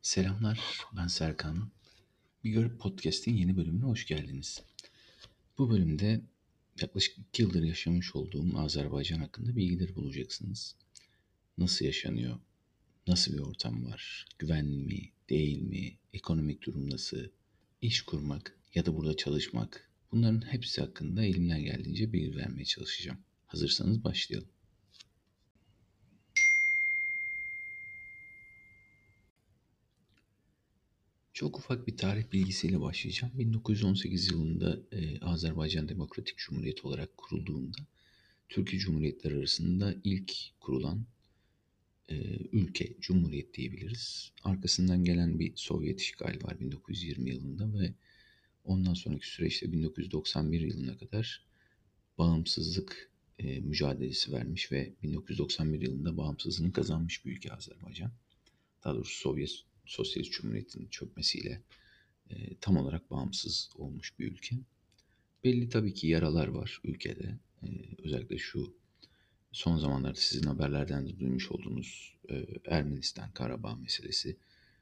Selamlar, ben Serkan. Bir Garip Podcast'in yeni bölümüne hoş geldiniz. Bu bölümde yaklaşık 2 yıldır yaşamış olduğum Azerbaycan hakkında bilgileri bulacaksınız. Nasıl yaşanıyor? Nasıl bir ortam var? Güvenli mi? Değil mi? Ekonomik durum nasıl? İş kurmak ya da burada çalışmak. Bunların hepsi hakkında elimden geldiğince bilgi vermeye çalışacağım. Hazırsanız başlayalım. Çok ufak bir tarih bilgisiyle başlayacağım. 1918 yılında Azerbaycan Demokratik Cumhuriyeti olarak kurulduğunda Türkiye Cumhuriyetleri arasında ilk kurulan ülke, cumhuriyet diyebiliriz. Arkasından gelen bir Sovyet işgali var 1920 yılında ve ondan sonraki süreçte 1991 yılına kadar bağımsızlık mücadelesi vermiş ve 1991 yılında bağımsızlığını kazanmış bir ülke Azerbaycan. Daha doğrusu Sovyet Sosyalist Cumhuriyeti'nin çökmesiyle tam olarak bağımsız olmuş bir ülke. Belli tabii ki yaralar var ülkede. Özellikle şu son zamanlarda sizin haberlerden de duymuş olduğunuz Ermenistan Karabağ meselesi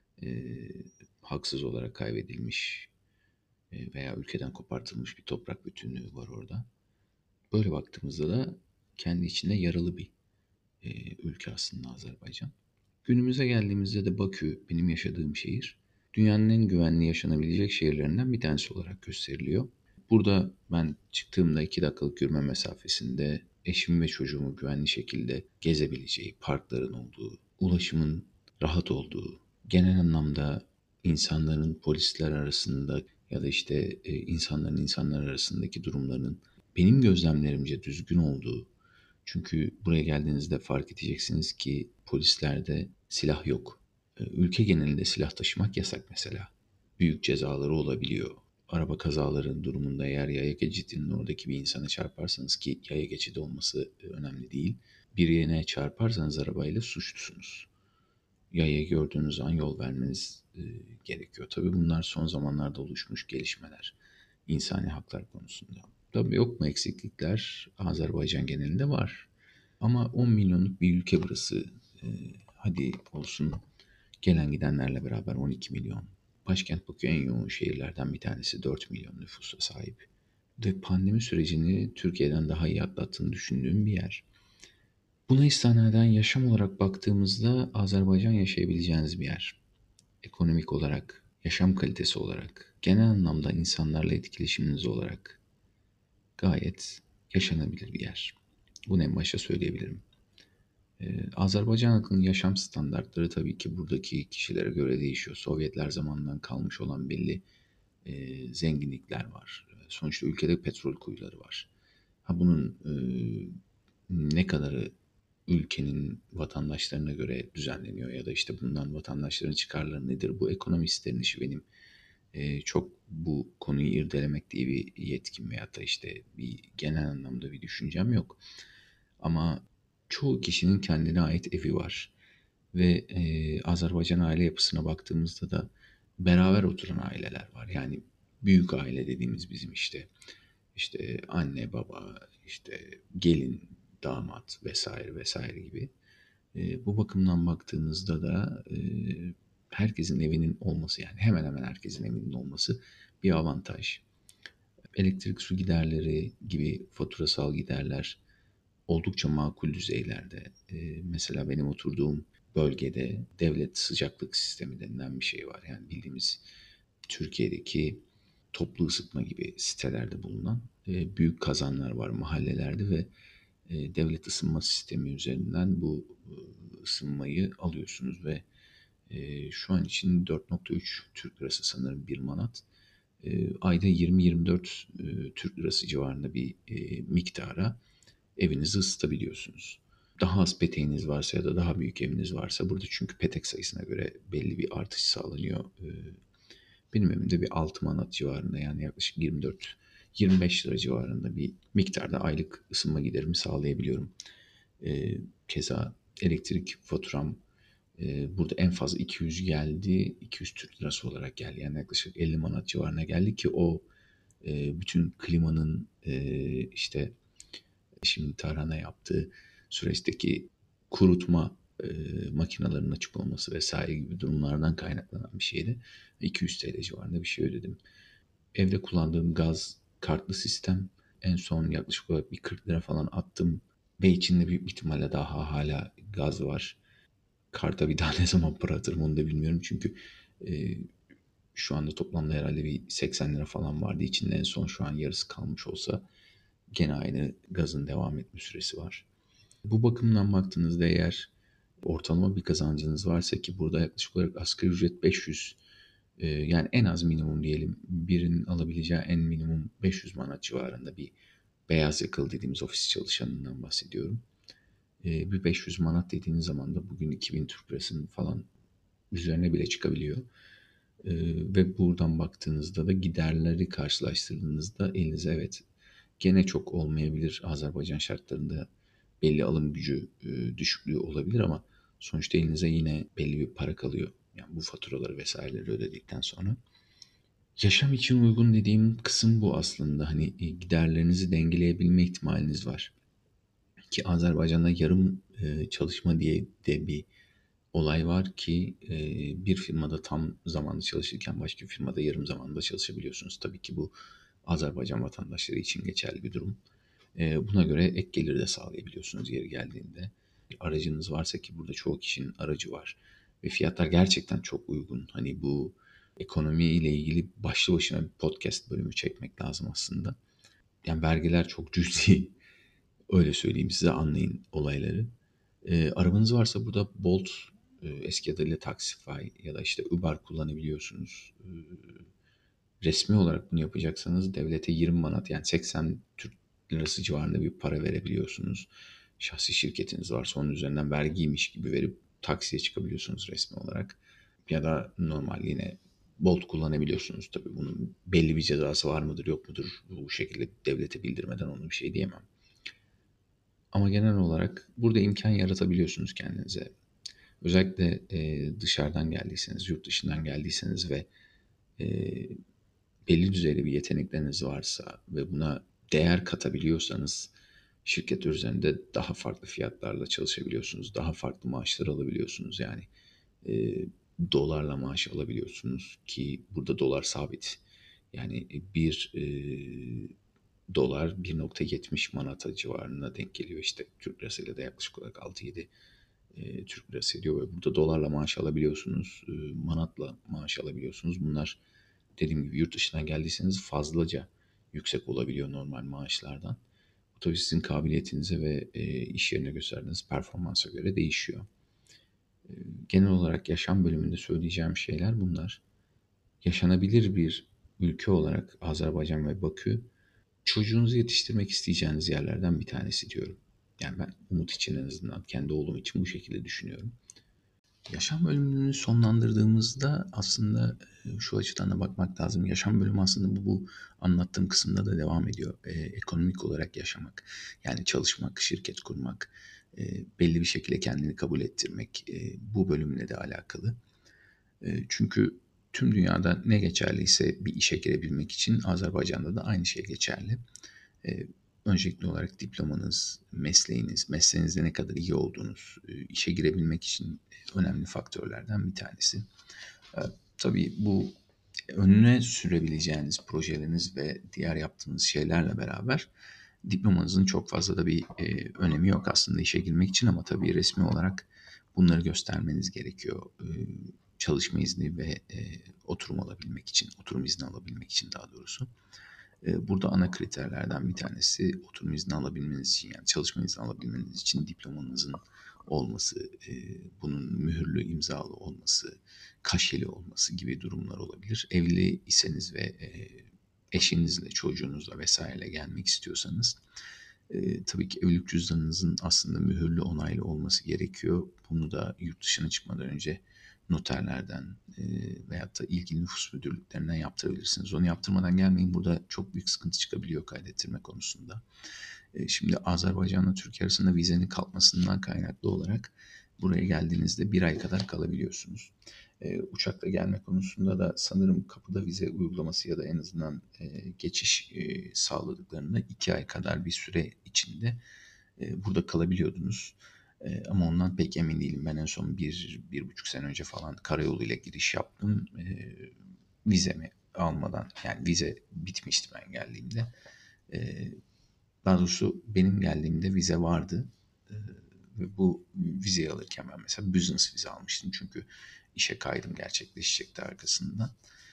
haksız olarak kaybedilmiş veya ülkeden kopartılmış bir toprak bütünlüğü var orada. Böyle baktığımızda da kendi içinde yaralı bir ülke aslında Azerbaycan. Günümüze geldiğimizde de Bakü, benim yaşadığım şehir, dünyanın en güvenli yaşanabilecek şehirlerinden bir tanesi olarak gösteriliyor. Burada ben çıktığımda 2 dakikalık yürüme mesafesinde eşim ve çocuğumu güvenli şekilde gezebileceği, parkların olduğu, ulaşımın rahat olduğu, genel anlamda insanların polisler arasında ya da işte insanların insanlar arasındaki durumlarının benim gözlemlerimce düzgün olduğu. Çünkü buraya geldiğinizde fark edeceksiniz ki polislerde silah yok. Ülke genelinde silah taşımak yasak mesela. Büyük cezaları olabiliyor. Araba kazalarının durumunda eğer yaya geçidinin oradaki bir insana çarparsanız, ki yaya geçidi olması önemli değil, bir yerine çarparsanız arabayla suçlusunuz. Yayayı gördüğünüz an yol vermeniz gerekiyor. Tabii bunlar son zamanlarda oluşmuş gelişmeler insani haklar konusunda. Tabii yok mu eksiklikler? Azerbaycan genelinde var. Ama 10 milyonluk bir ülke burası. Hadi olsun, gelen gidenlerle beraber 12 milyon. Başkent Bakü en yoğun şehirlerden bir tanesi, 4 milyon nüfusa sahip. Ve pandemi sürecini Türkiye'den daha iyi atlattığını düşündüğüm bir yer. Buna istinaden yaşam olarak baktığımızda Azerbaycan yaşayabileceğiniz bir yer. Ekonomik olarak, yaşam kalitesi olarak, genel anlamda insanlarla etkileşiminiz olarak gayet yaşanabilir bir yer. Bunu en başta söyleyebilirim. Azerbaycan halkının yaşam standartları tabii ki buradaki kişilere göre değişiyor. Sovyetler zamanından kalmış olan belli zenginlikler var. Sonuçta ülkede petrol kuyuları var. Bunun ne kadarı ülkenin vatandaşlarına göre düzenleniyor ya da işte bundan vatandaşların çıkarları nedir? Bu ekonomistlerin işi. Benim çok bu konuyu irdelemek diye bir yetkim veyahut da işte bir genel anlamda bir düşüncem yok. Ama çoğu kişinin kendine ait evi var. Ve Azerbaycan aile yapısına baktığımızda da beraber oturan aileler var. Yani büyük aile dediğimiz bizim işte anne, baba, işte gelin, damat vesaire vesaire gibi. Bu bakımdan baktığınızda da herkesin evinin olması, yani hemen hemen herkesin evinin olması bir avantaj. Elektrik, su giderleri gibi faturasal giderler oldukça makul düzeylerde. Mesela benim oturduğum bölgede devlet sıcaklık sistemi denilen bir şey var. Yani bildiğimiz Türkiye'deki toplu ısıtma gibi sitelerde bulunan büyük kazanlar var mahallelerde ve devlet ısınma sistemi üzerinden bu ısınmayı alıyorsunuz ve şu an için 4,3 Türk lirası sanırım bir manat. Ayda 20-24 Türk lirası civarında bir miktara evinizi ısıtabiliyorsunuz. Daha az peteğiniz varsa ya da daha büyük eviniz varsa, burada çünkü petek sayısına göre belli bir artış sağlanıyor. Benim evimde bir 6 manat civarında, yani yaklaşık 24-25 lira civarında bir miktarda aylık ısınma giderimi sağlayabiliyorum. Keza elektrik faturam burada en fazla 200 geldi. 200 Türk lirası olarak geldi. Yani yaklaşık 50 manat civarına geldi ki o bütün klimanın işte şimdi tarhana yaptığı süreçteki kurutma Makinelerin açık olması vesaire gibi durumlardan kaynaklanan bir şeydi. 200 TL civarında bir şey ödedim. Evde kullandığım gaz kartlı sistem en son yaklaşık olarak bir 40 lira falan attım ve içinde büyük ihtimalle daha hala gaz var. Karta bir daha ne zaman para atarım onu da bilmiyorum çünkü e, şu anda toplamda herhalde bir 80 lira falan vardı içinde, en son şu an yarısı kalmış olsa gene aynı gazın devam etme süresi var. Bu bakımdan baktığınızda eğer ortalama bir kazancınız varsa, ki burada yaklaşık olarak asgari ücret 500, yani en az minimum diyelim birinin alabileceği en minimum 500 manat civarında bir beyaz yakalı dediğimiz ofis çalışanından bahsediyorum. Bir 500 manat dediğiniz zaman da bugün 2000 Türk lirasının falan üzerine bile çıkabiliyor. Ve buradan baktığınızda da giderleri karşılaştırdığınızda elinize evet gene çok olmayabilir. Azerbaycan şartlarında belli alım gücü düşüklüğü olabilir ama sonuçta elinize yine belli bir para kalıyor. Yani bu faturaları vesaireleri ödedikten sonra. Yaşam için uygun dediğim kısım bu aslında. Hani giderlerinizi dengeleyebilme ihtimaliniz var. Ki Azerbaycan'da yarım çalışma diye de bir olay var ki bir firmada tam zamanlı çalışırken başka bir firmada yarım zamanlı çalışabiliyorsunuz. Tabii ki bu Azerbaycan vatandaşları için geçerli bir durum. Buna göre ek gelir de sağlayabiliyorsunuz yeri geldiğinde. Aracınız varsa, ki burada çoğu kişinin aracı var. Ve fiyatlar gerçekten çok uygun. Hani bu ekonomi ile ilgili başlı başına bir podcast bölümü çekmek lazım aslında. Yani vergiler çok cüzi. Öyle söyleyeyim size, anlayın olayları. Arabanız varsa burada Bolt, eski adıyla Taxify ya da işte Uber kullanabiliyorsunuz. Resmi olarak bunu yapacaksanız devlete 20 manat, yani 80 Türk lirası civarında bir para verebiliyorsunuz. Şahsi şirketiniz varsa onun üzerinden vergiymiş gibi verip taksiye çıkabiliyorsunuz resmi olarak. Ya da normal yine Bolt kullanabiliyorsunuz. Tabii bunun belli bir cezası var mıdır yok mudur, bu şekilde devlete bildirmeden onu bir şey diyemem. Ama genel olarak burada imkan yaratabiliyorsunuz kendinize. Özellikle dışarıdan geldiyseniz, yurt dışından geldiyseniz ve e, belli düzeyde bir yetenekleriniz varsa ve buna değer katabiliyorsanız şirket üzerinde daha farklı fiyatlarla çalışabiliyorsunuz. Daha farklı maaşlar alabiliyorsunuz. Yani e, dolarla maaş alabiliyorsunuz ki burada dolar sabit. Yani bir dolar 1,70 manata civarına denk geliyor. İşte Türk lirasıyla da yaklaşık olarak 6-7 Türk lirası ediyor. Ve burada dolarla maaş alabiliyorsunuz. Manatla maaş alabiliyorsunuz. Bunlar dediğim gibi yurt dışından geldiyseniz fazlaca yüksek olabiliyor normal maaşlardan. Bu tabii sizin kabiliyetinize ve iş yerine gösterdiğiniz performansa göre değişiyor. Genel olarak yaşam bölümünde söyleyeceğim şeyler bunlar. Yaşanabilir bir ülke olarak Azerbaycan ve Bakü çocuğunuzu yetiştirmek isteyeceğiniz yerlerden bir tanesi diyorum. Yani ben umut için, en azından kendi oğlum için bu şekilde düşünüyorum. Yaşam bölümünü sonlandırdığımızda aslında şu açıdan da bakmak lazım. Yaşam bölümü aslında bu anlattığım kısımda da devam ediyor. Ekonomik olarak yaşamak, yani çalışmak, şirket kurmak, belli bir şekilde kendini kabul ettirmek, bu bölümle de alakalı. Çünkü tüm dünyada ne geçerliyse bir işe girebilmek için Azerbaycan'da da aynı şey geçerli. E, Öncelikli olarak diplomanız, mesleğinizde ne kadar iyi olduğunuz, işe girebilmek için önemli faktörlerden bir tanesi. E, tabii bu önüne sürebileceğiniz projeleriniz ve diğer yaptığınız şeylerle beraber diplomanızın çok fazla da bir önemi yok aslında işe girmek için, ama tabii resmi olarak bunları göstermeniz gerekiyor. Çalışma izni ve oturum alabilmek için, oturum izni alabilmek için daha doğrusu. Burada ana kriterlerden bir tanesi oturum izni alabilmeniz için, yani çalışma izni alabilmeniz için diplomanızın olması, bunun mühürlü imzalı olması, kaşeli olması gibi durumlar olabilir. Evli iseniz ve eşinizle, çocuğunuzla vesaireyle gelmek istiyorsanız tabii ki evlilik cüzdanınızın aslında mühürlü onaylı olması gerekiyor. Bunu da yurt dışına çıkmadan önce noterlerden veyahut da ilgili nüfus müdürlüklerinden yaptırabilirsiniz. Onu yaptırmadan gelmeyin. Burada çok büyük sıkıntı çıkabiliyor kaydettirme konusunda. Şimdi Azerbaycan'la Türkiye arasında vizenin kalkmasından kaynaklı olarak buraya geldiğinizde bir ay kadar kalabiliyorsunuz. Uçakla gelme konusunda da sanırım kapıda vize uygulaması ya da en azından geçiş sağladıklarında 2 ay kadar bir süre içinde burada kalabiliyordunuz. Ama ondan pek emin değilim. Ben en son 1,5 sene önce falan karayoluyla giriş yaptım. Vizemi almadan, yani vize bitmişti ben geldiğimde. Eee, Daha doğrusu benim geldiğimde vize vardı. Eee, Ve bu vizeyi alırken ben mesela business vize almıştım. Çünkü işe kaydım gerçekleşecekti arkasından.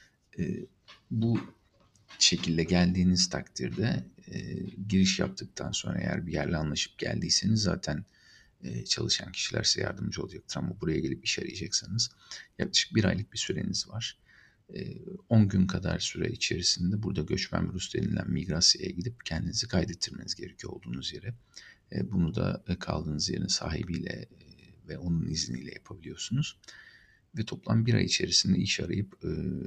Bu şekilde geldiğiniz takdirde giriş yaptıktan sonra eğer bir yerle anlaşıp geldiyseniz zaten çalışan kişiler size yardımcı olacaktır. Ama buraya gelip iş arayacaksanız yaklaşık 1 aylık bir süreniz var. 10 gün kadar süre içerisinde burada göçmen bürüs denilen Migrasya'ya gidip kendinizi kaydettirmeniz gerekiyor olduğunuz yere. Bunu da kaldığınız yerin sahibiyle ve onun izniyle yapabiliyorsunuz. Ve toplam 1 ay içerisinde iş arayıp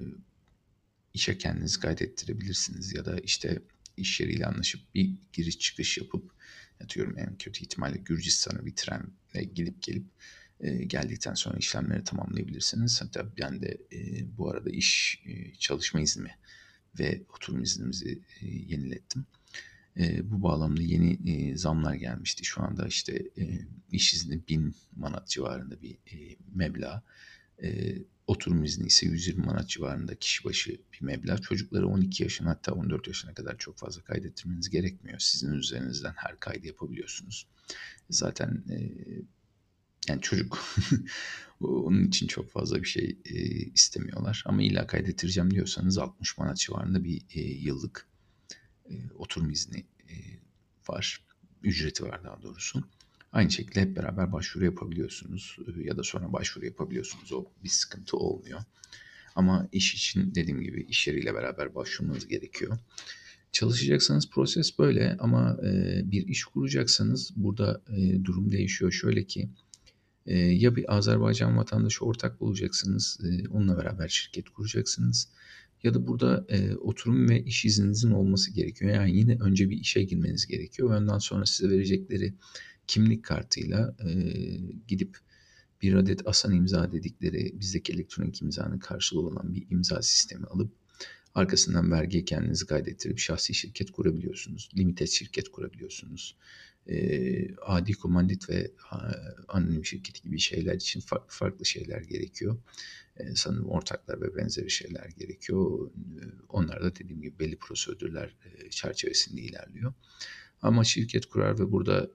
işe kendinizi kaydettirebilirsiniz. Ya da işte iş yeriyle anlaşıp bir giriş çıkış yapıp, atıyorum en kötü ihtimalle Gürcistan'a bir trenle gidip gelip geldikten sonra işlemleri tamamlayabilirsiniz. Hatta ben de bu arada çalışma iznimi ve oturum iznimizi yenilettim. Bu bağlamda yeni zamlar gelmişti. Şu anda işte iş izni 1.000 manat civarında bir meblağ. Oturum izni ise 120 manat civarında kişi başı bir meblağ. Çocukları 12 yaşına, hatta 14 yaşına kadar çok fazla kaydettirmeniz gerekmiyor. Sizin üzerinizden her kaydı yapabiliyorsunuz. Zaten yani çocuk onun için çok fazla bir şey istemiyorlar. Ama illa kaydettireceğim diyorsanız 60 manat civarında bir yıllık oturum izni var. Ücreti var daha doğrusu. Aynı şekilde hep beraber başvuru yapabiliyorsunuz ya da sonra başvuru yapabiliyorsunuz. O bir sıkıntı olmuyor. Ama iş için dediğim gibi iş yeriyle beraber başvurmanız gerekiyor. Çalışacaksanız proses böyle, ama bir iş kuracaksanız burada durum değişiyor. Şöyle ki ya bir Azerbaycan vatandaşı ortak bulacaksınız, onunla beraber şirket kuracaksınız. Ya da burada oturum ve iş izninizin olması gerekiyor. Yani yine önce bir işe girmeniz gerekiyor. Ve ondan sonra size verecekleri kimlik kartıyla gidip bir adet asan imza dedikleri, bizdeki elektronik imzanın karşılığı olan bir imza sistemi alıp arkasından vergiye kendinizi kaydettirip şahsi şirket kurabiliyorsunuz. Limited şirket kurabiliyorsunuz. Adi komandit ve anonim şirketi gibi şeyler için farklı farklı şeyler gerekiyor. Sanırım ortaklar ve benzeri şeyler gerekiyor. Onlar da dediğim gibi belli prosedürler çerçevesinde ilerliyor. Ama şirket kurar ve burada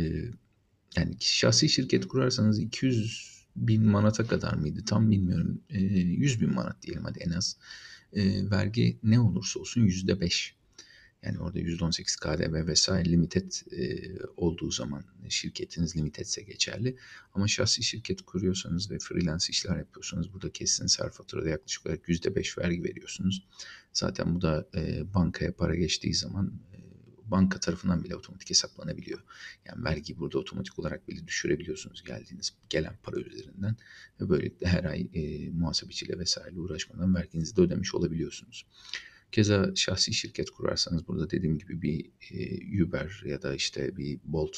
yani şahsi şirket kurarsanız 200 bin manata kadar mıydı tam bilmiyorum. 100 bin manat diyelim hadi en az. Vergi ne olursa olsun %5. Yani orada %18 KDV vesaire limited olduğu zaman şirketiniz limitedse geçerli. Ama şahsi şirket kuruyorsanız ve freelance işler yapıyorsanız burada kestiğiniz her faturada yaklaşık olarak %5 vergi veriyorsunuz. Zaten bu da bankaya para geçtiği zaman banka tarafından bile otomatik hesaplanabiliyor. Yani vergiyi burada otomatik olarak bile düşürebiliyorsunuz gelen para üzerinden. Ve böylelikle her ay muhasebeciyle vesaire uğraşmadan verginizi de ödemiş olabiliyorsunuz. Keza şahsi şirket kurarsanız burada dediğim gibi bir Uber ya da işte bir Bolt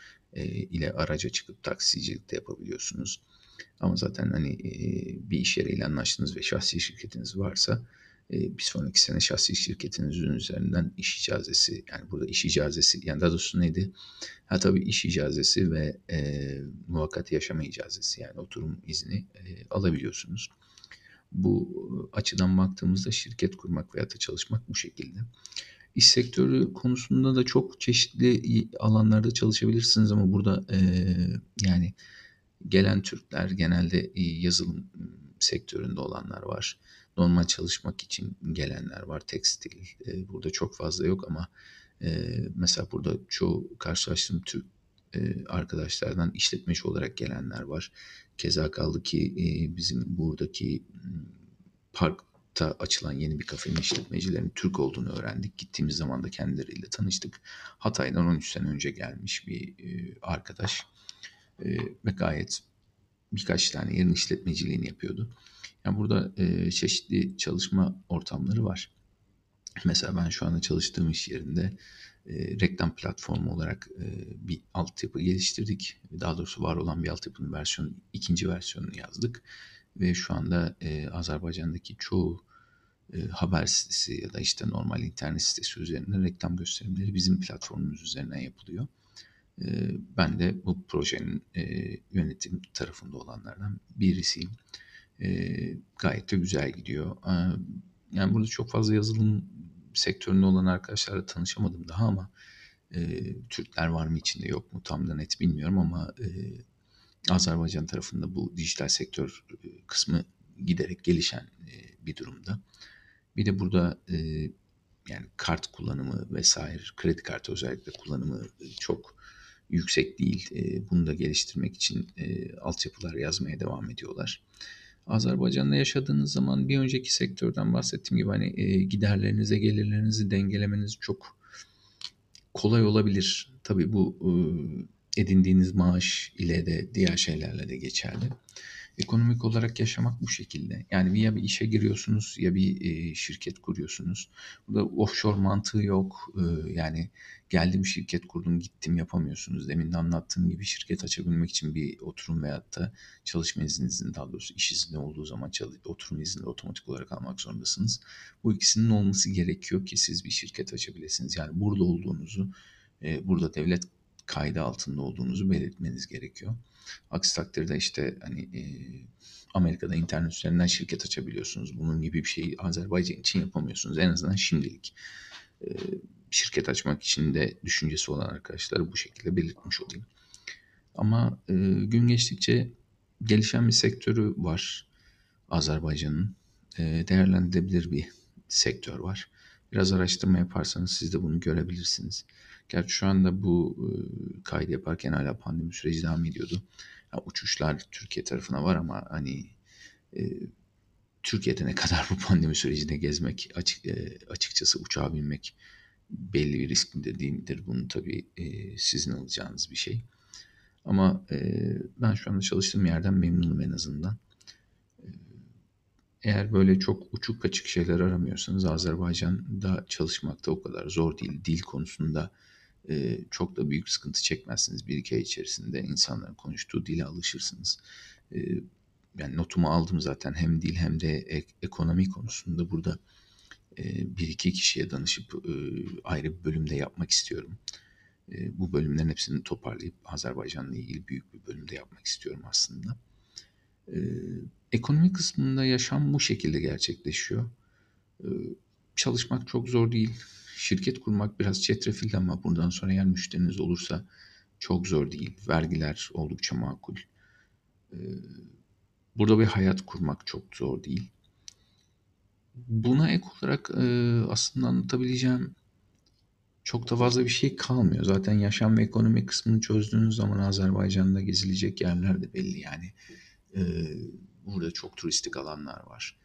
ile araca çıkıp taksicilik de yapabiliyorsunuz. Ama zaten hani bir iş yeriyle anlaştınız ve şahsi şirketiniz varsa bir sonraki sene şahsi şirketinizin üzerinden iş icazesi, yani burada iş icazesi, yani daha doğrusu neydi? Ha tabii iş icazesi ve muvakkat yaşama icazesi, yani oturum izni alabiliyorsunuz. Bu açıdan baktığımızda şirket kurmak veya da çalışmak bu şekilde. İş sektörü konusunda da çok çeşitli alanlarda çalışabilirsiniz, ama burada yani gelen Türkler genelde yazılım sektöründe olanlar var. Normal çalışmak için gelenler var. Tekstil burada çok fazla yok, ama mesela burada çoğu karşılaştığım Türk arkadaşlardan işletmeci olarak gelenler var. Keza kaldı ki bizim buradaki parkta açılan yeni bir kafenin işletmecilerinin Türk olduğunu öğrendik. Gittiğimiz zaman da kendileriyle tanıştık. Hatay'dan 13 sene önce gelmiş bir arkadaş ve gayet birkaç tane yerin işletmeciliğini yapıyordu. Yani burada çeşitli çalışma ortamları var. Mesela ben şu anda çalıştığım iş yerinde reklam platformu olarak bir altyapı geliştirdik. Daha doğrusu var olan bir altyapının ikinci versiyonunu yazdık. Ve şu anda Azerbaycan'daki çoğu haber sitesi ya da işte normal internet sitesi üzerinden reklam gösterimleri bizim platformumuz üzerinden yapılıyor. Ben de bu projenin yönetim tarafında olanlardan birisiyim. Gayet de güzel gidiyor. Yani burada çok fazla yazılım sektöründe olan arkadaşlarla tanışamadım daha ama Türkler var mı içinde yok mu tam da net bilmiyorum ama Azerbaycan tarafında bu dijital sektör kısmı giderek gelişen bir durumda. Bir de burada yani kart kullanımı vesaire, kredi kartı özellikle kullanımı çok yüksek değil. Bunu da geliştirmek için altyapılar yazmaya devam ediyorlar. Azerbaycan'da yaşadığınız zaman bir önceki sektörden bahsettiğim gibi hani giderlerinize gelirlerinizi dengelemeniz çok kolay olabilir. Tabii bu edindiğiniz maaş ile de diğer şeylerle de geçerli. Ekonomik olarak yaşamak bu şekilde. Yani ya bir işe giriyorsunuz ya bir şirket kuruyorsunuz. Burada offshore mantığı yok. Yani geldim şirket kurdum gittim yapamıyorsunuz. Demin de anlattığım gibi şirket açabilmek için bir oturum veyahut da çalışma izninizin daha doğrusu iş izni olduğu zaman oturum izni otomatik olarak almak zorundasınız. Bu ikisinin olması gerekiyor ki siz bir şirket açabilirsiniz. Yani burada olduğunuzu, burada devlet kaydı altında olduğunuzu belirtmeniz gerekiyor. Aksi takdirde işte hani Amerika'da internet üzerinden şirket açabiliyorsunuz. Bunun gibi bir şeyi Azerbaycan için yapamıyorsunuz. En azından şimdilik. E, Şirket açmak için de düşüncesi olan arkadaşları bu şekilde belirtmiş olayım. Ama gün geçtikçe gelişen bir sektörü var Azerbaycan'ın. Değerlendirilebilir bir sektör var. Biraz araştırma yaparsanız siz de bunu görebilirsiniz. Gerçi şu anda bu kaydı yaparken hala pandemi süreci devam ediyordu. Yani uçuşlar Türkiye tarafına var ama hani e, Türkiye'de ne kadar bu pandemi sürecinde gezmek açıkçası uçağa binmek belli bir risk midir değil midir? Bunu tabii sizin alacağınız bir şey. Ama ben şu anda çalıştığım yerden memnunum en azından. Eğer böyle çok uçuk kaçık şeyler aramıyorsanız Azerbaycan'da çalışmakta o kadar zor değil. Dil konusunda çok da büyük sıkıntı çekmezsiniz. Bir iki ay içerisinde insanların konuştuğu dile alışırsınız. E, Yani notumu aldım zaten hem dil hem de ekonomi konusunda burada bir iki kişiye danışıp ayrı bir bölümde yapmak istiyorum. Bu bölümlerin hepsini toparlayıp Azerbaycan'la ilgili büyük bir bölümde yapmak istiyorum aslında. Ee, Ekonomi kısmında yaşam bu şekilde gerçekleşiyor. Ee, Çalışmak çok zor değil. Şirket kurmak biraz çetrefilli ama bundan sonra eğer müşteriniz olursa çok zor değil. Vergiler oldukça makul. Ee, Burada bir hayat kurmak çok zor değil. Buna ek olarak aslında anlatabileceğim çok da fazla bir şey kalmıyor. Zaten yaşam ve ekonomi kısmını çözdüğünüz zaman Azerbaycan'da gezilecek yerler de belli. Yani e, burada çok turistik alanlar var.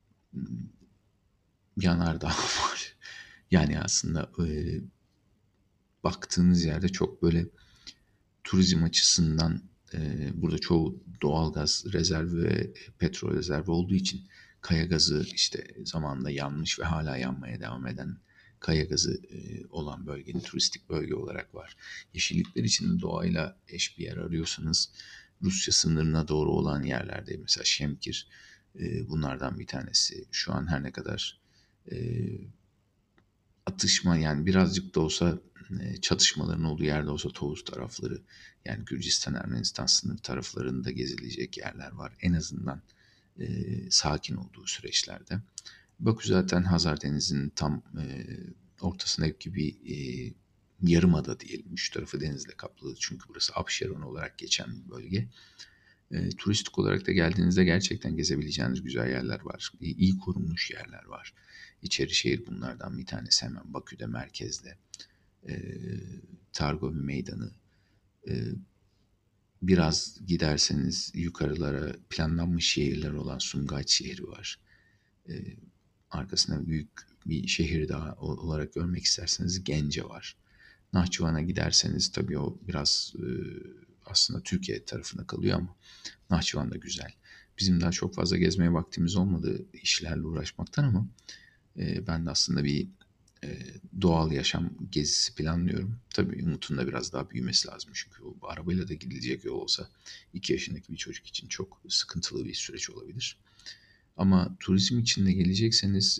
Yanardağ var. Yani aslında baktığınız yerde çok böyle turizm açısından burada çoğu doğalgaz rezervi ve petrol rezervi olduğu için kaya gazı işte zamanında yanmış ve hala yanmaya devam eden kaya gazı olan bölgenin turistik bölge olarak var. Yeşillikler içinde doğayla eş bir yer arıyorsanız Rusya sınırına doğru olan yerlerde mesela Şemkir bunlardan bir tanesi. Şu an her ne kadar e, atışma yani birazcık da olsa çatışmaların olduğu yerde olsa Tovuz tarafları yani Gürcistan Ermenistan sınır taraflarında gezilecek yerler var. En azından sakin olduğu süreçlerde. Bakü zaten Hazar Denizi'nin tam ortasındaki bir yarımada diyelim. Üç tarafı denizle kaplı çünkü burası Abşeron olarak geçen bir bölge. Turistik olarak da geldiğinizde gerçekten gezebileceğiniz güzel yerler var. İyi korunmuş yerler var. İçerişehir bunlardan bir tanesi hemen Bakü'de merkezde. E, Targovi Meydanı. E, Biraz giderseniz yukarılara planlanmış şehirler olan Sumgayıt şehri var. E, Arkasında büyük bir şehir daha olarak görmek isterseniz Gence var. Nahçıvan'a giderseniz tabii o biraz aslında Türkiye tarafına kalıyor ama Nahçıvan da güzel. Bizim daha çok fazla gezmeye vaktimiz olmadı işlerle uğraşmaktan ama ben de aslında bir doğal yaşam gezisi planlıyorum. Tabii Umut'un da biraz daha büyümesi lazım çünkü o arabayla da gidilecek yol olsa 2 yaşındaki bir çocuk için çok sıkıntılı bir süreç olabilir. Ama turizm için de gelecekseniz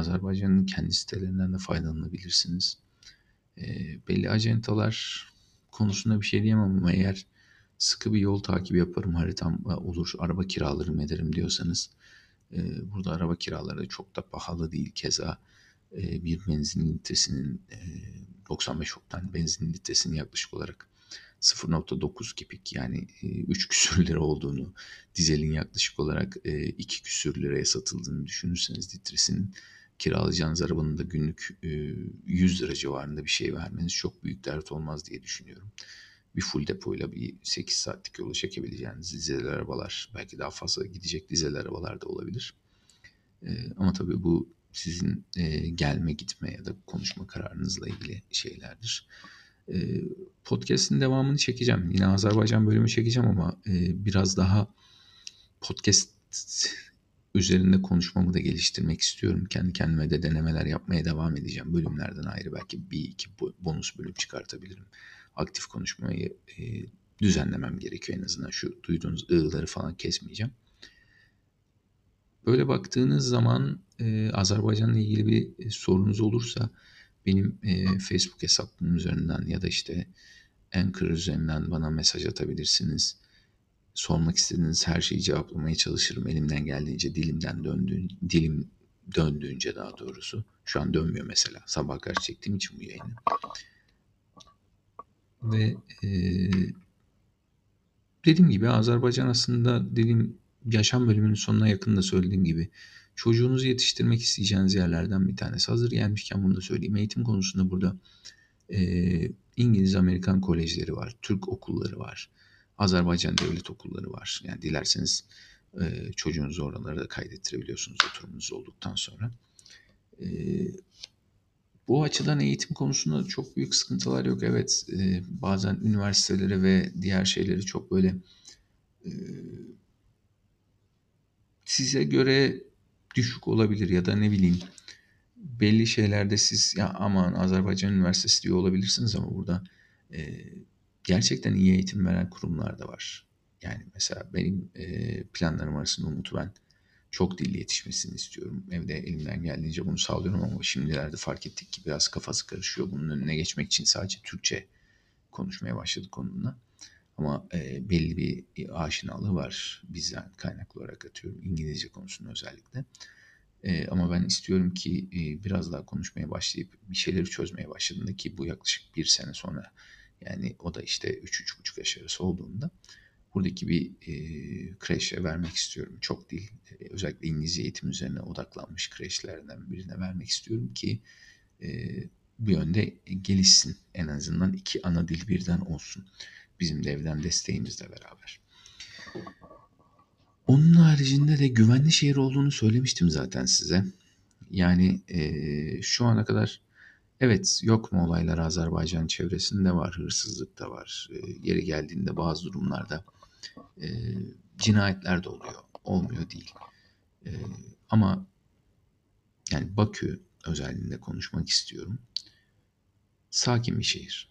Azerbaycan'ın kendi sitelerinden de faydalanabilirsiniz. Belli acentalar konusunda bir şey diyemem ama eğer sıkı bir yol takibi yaparım, haritam olur, araba kiralarım ederim diyorsanız, burada araba kiraları çok da pahalı değil. Keza bir benzin litresinin 95 oktan benzin litresinin yaklaşık olarak 0,9 kipik, yani 3 küsür lira olduğunu, dizelin yaklaşık olarak 2 küsür liraya satıldığını düşünürseniz litresinin, kiralayacağınız arabanın da günlük 100 lira civarında bir şey vermeniz çok büyük dert olmaz diye düşünüyorum. Bir full depoyla bir 8 saatlik yolu çekebileceğiniz dizel arabalar, belki daha fazla gidecek dizel arabalar da olabilir. Ama tabii bu sizin gelme gitme ya da konuşma kararınızla ilgili şeylerdir. Podcast'in devamını çekeceğim. Yine Azerbaycan bölümü çekeceğim ama biraz daha podcast üzerinde konuşmamı da geliştirmek istiyorum. Kendi kendime de denemeler yapmaya devam edeceğim. Bölümlerden ayrı belki bir iki bonus bölüm çıkartabilirim. Aktif konuşmayı düzenlemem gerekiyor en azından. Şu duyduğunuz ığları falan kesmeyeceğim. Böyle baktığınız zaman Azerbaycan'la ilgili bir sorunuz olursa benim Facebook hesabım üzerinden ya da işte Anchor üzerinden bana mesaj atabilirsiniz. Sormak istediğiniz her şeyi cevaplamaya çalışırım. Elimden geldiğince, dilim döndüğünce daha doğrusu. Şu an dönmüyor mesela. Sabah karşı çektiğim için bu yayını. Ve dediğim gibi Azerbaycan aslında yaşam bölümünün sonuna yakın da söylediğim gibi çocuğunuzu yetiştirmek isteyeceğiniz yerlerden bir tanesi. Hazır gelmişken bunu da söyleyeyim. Eğitim konusunda burada İngiliz Amerikan kolejleri var, Türk okulları var, Azerbaycan devlet okulları var. Yani dilerseniz çocuğunuzu oralara da kaydettirebiliyorsunuz oturumunuz olduktan sonra. Bu açıdan eğitim konusunda çok büyük sıkıntılar yok. Evet, bazen üniversiteleri ve diğer şeyleri çok böyle size göre düşük olabilir ya da ne bileyim belli şeylerde siz ya aman Azerbaycan Üniversitesi diyor olabilirsiniz ama burada gerçekten iyi eğitim veren kurumlar da var. Yani mesela benim planlarım arasında Umut'u ben çok dilli yetişmesini istiyorum. Evde elimden geldiğince bunu sağlıyorum ama şimdilerde fark ettik ki biraz kafası karışıyor. Bunun önüne geçmek için sadece Türkçe konuşmaya başladık onunla. Ama belli bir aşinalığı var. Bizden kaynaklı olarak atıyorum İngilizce konusunda özellikle. Ama ben istiyorum ki biraz daha konuşmaya başlayıp bir şeyleri çözmeye başladığında, ki bu yaklaşık bir sene sonra, yani o da işte 3-3,5 yaş arası olduğunda buradaki bir kreşe vermek istiyorum. Çok dil, özellikle İngilizce eğitim üzerine odaklanmış kreşlerden birine vermek istiyorum ki bir yönde gelişsin. En azından 2 ana dil birden olsun. Bizim de evden desteğimizle beraber. Onun haricinde de güvenli şehir olduğunu söylemiştim zaten size. Yani şu ana kadar evet, yok mu olaylar Azerbaycan çevresinde var, hırsızlık da var. Yeri geldiğinde bazı durumlarda cinayetler de oluyor. Olmuyor değil. Ama yani Bakü özelliğinde konuşmak istiyorum. Sakin bir şehir.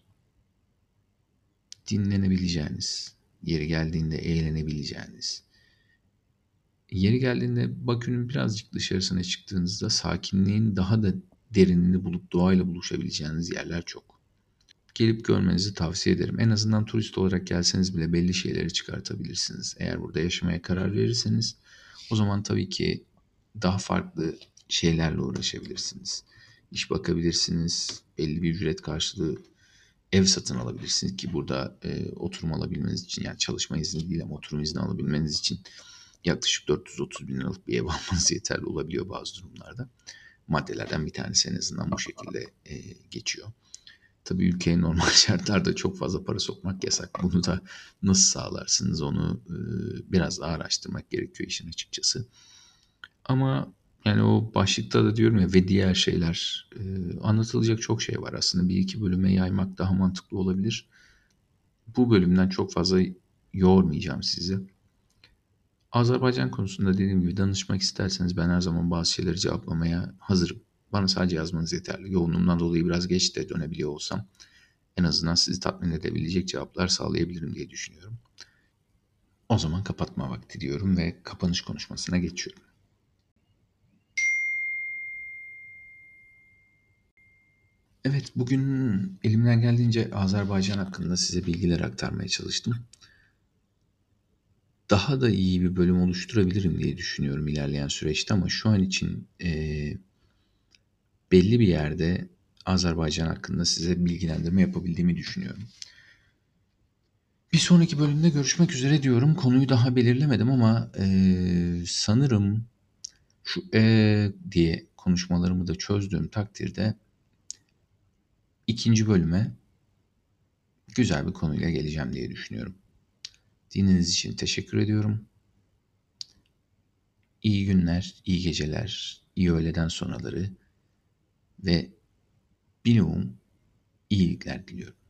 Dinlenebileceğiniz, yeri geldiğinde eğlenebileceğiniz. Yeri geldiğinde Bakü'nün birazcık dışarısına çıktığınızda sakinliğin daha da derinini bulup doğayla buluşabileceğiniz yerler çok. Gelip görmenizi tavsiye ederim. En azından turist olarak gelseniz bile belli şeyleri çıkartabilirsiniz. Eğer burada yaşamaya karar verirseniz o zaman tabii ki daha farklı şeylerle uğraşabilirsiniz. İş bakabilirsiniz, belli bir ücret karşılığı ev satın alabilirsiniz ki burada oturum alabilmeniz için, yani çalışma izni değil ama oturum izni alabilmeniz için yaklaşık 430 bin liralık bir ev almanız yeterli olabiliyor bazı durumlarda. Maddelerden bir tanesi en azından bu şekilde geçiyor. Tabii ülkeye normal şartlarda çok fazla para sokmak yasak. Bunu da nasıl sağlarsınız onu biraz daha araştırmak gerekiyor işin açıkçası. Ama yani o başlıkta da diyorum ya ve diğer şeyler, anlatılacak çok şey var aslında. Bir iki bölüme yaymak daha mantıklı olabilir. Bu bölümden çok fazla yormayacağım sizi. Azerbaycan konusunda dediğim gibi danışmak isterseniz ben her zaman bazı şeyleri cevaplamaya hazırım. Bana sadece yazmanız yeterli. Yoğunluğumdan dolayı biraz geç de dönebiliyor olsam en azından sizi tatmin edebilecek cevaplar sağlayabilirim diye düşünüyorum. O zaman kapatma vakti diyorum ve kapanış konuşmasına geçiyorum. Evet, bugün elimden geldiğince Azerbaycan hakkında size bilgiler aktarmaya çalıştım. Daha da iyi bir bölüm oluşturabilirim diye düşünüyorum ilerleyen süreçte ama şu an için belli bir yerde Azerbaycan hakkında size bilgilendirme yapabildiğimi düşünüyorum. Bir sonraki bölümde görüşmek üzere diyorum. Konuyu daha belirlemedim ama sanırım şu diye konuşmalarımı da çözdüğüm takdirde ikinci bölüme güzel bir konuyla geleceğim diye düşünüyorum. Dinlediğiniz için teşekkür ediyorum. İyi günler, iyi geceler, iyi öğleden sonraları ve bilumum iyilikler diliyorum.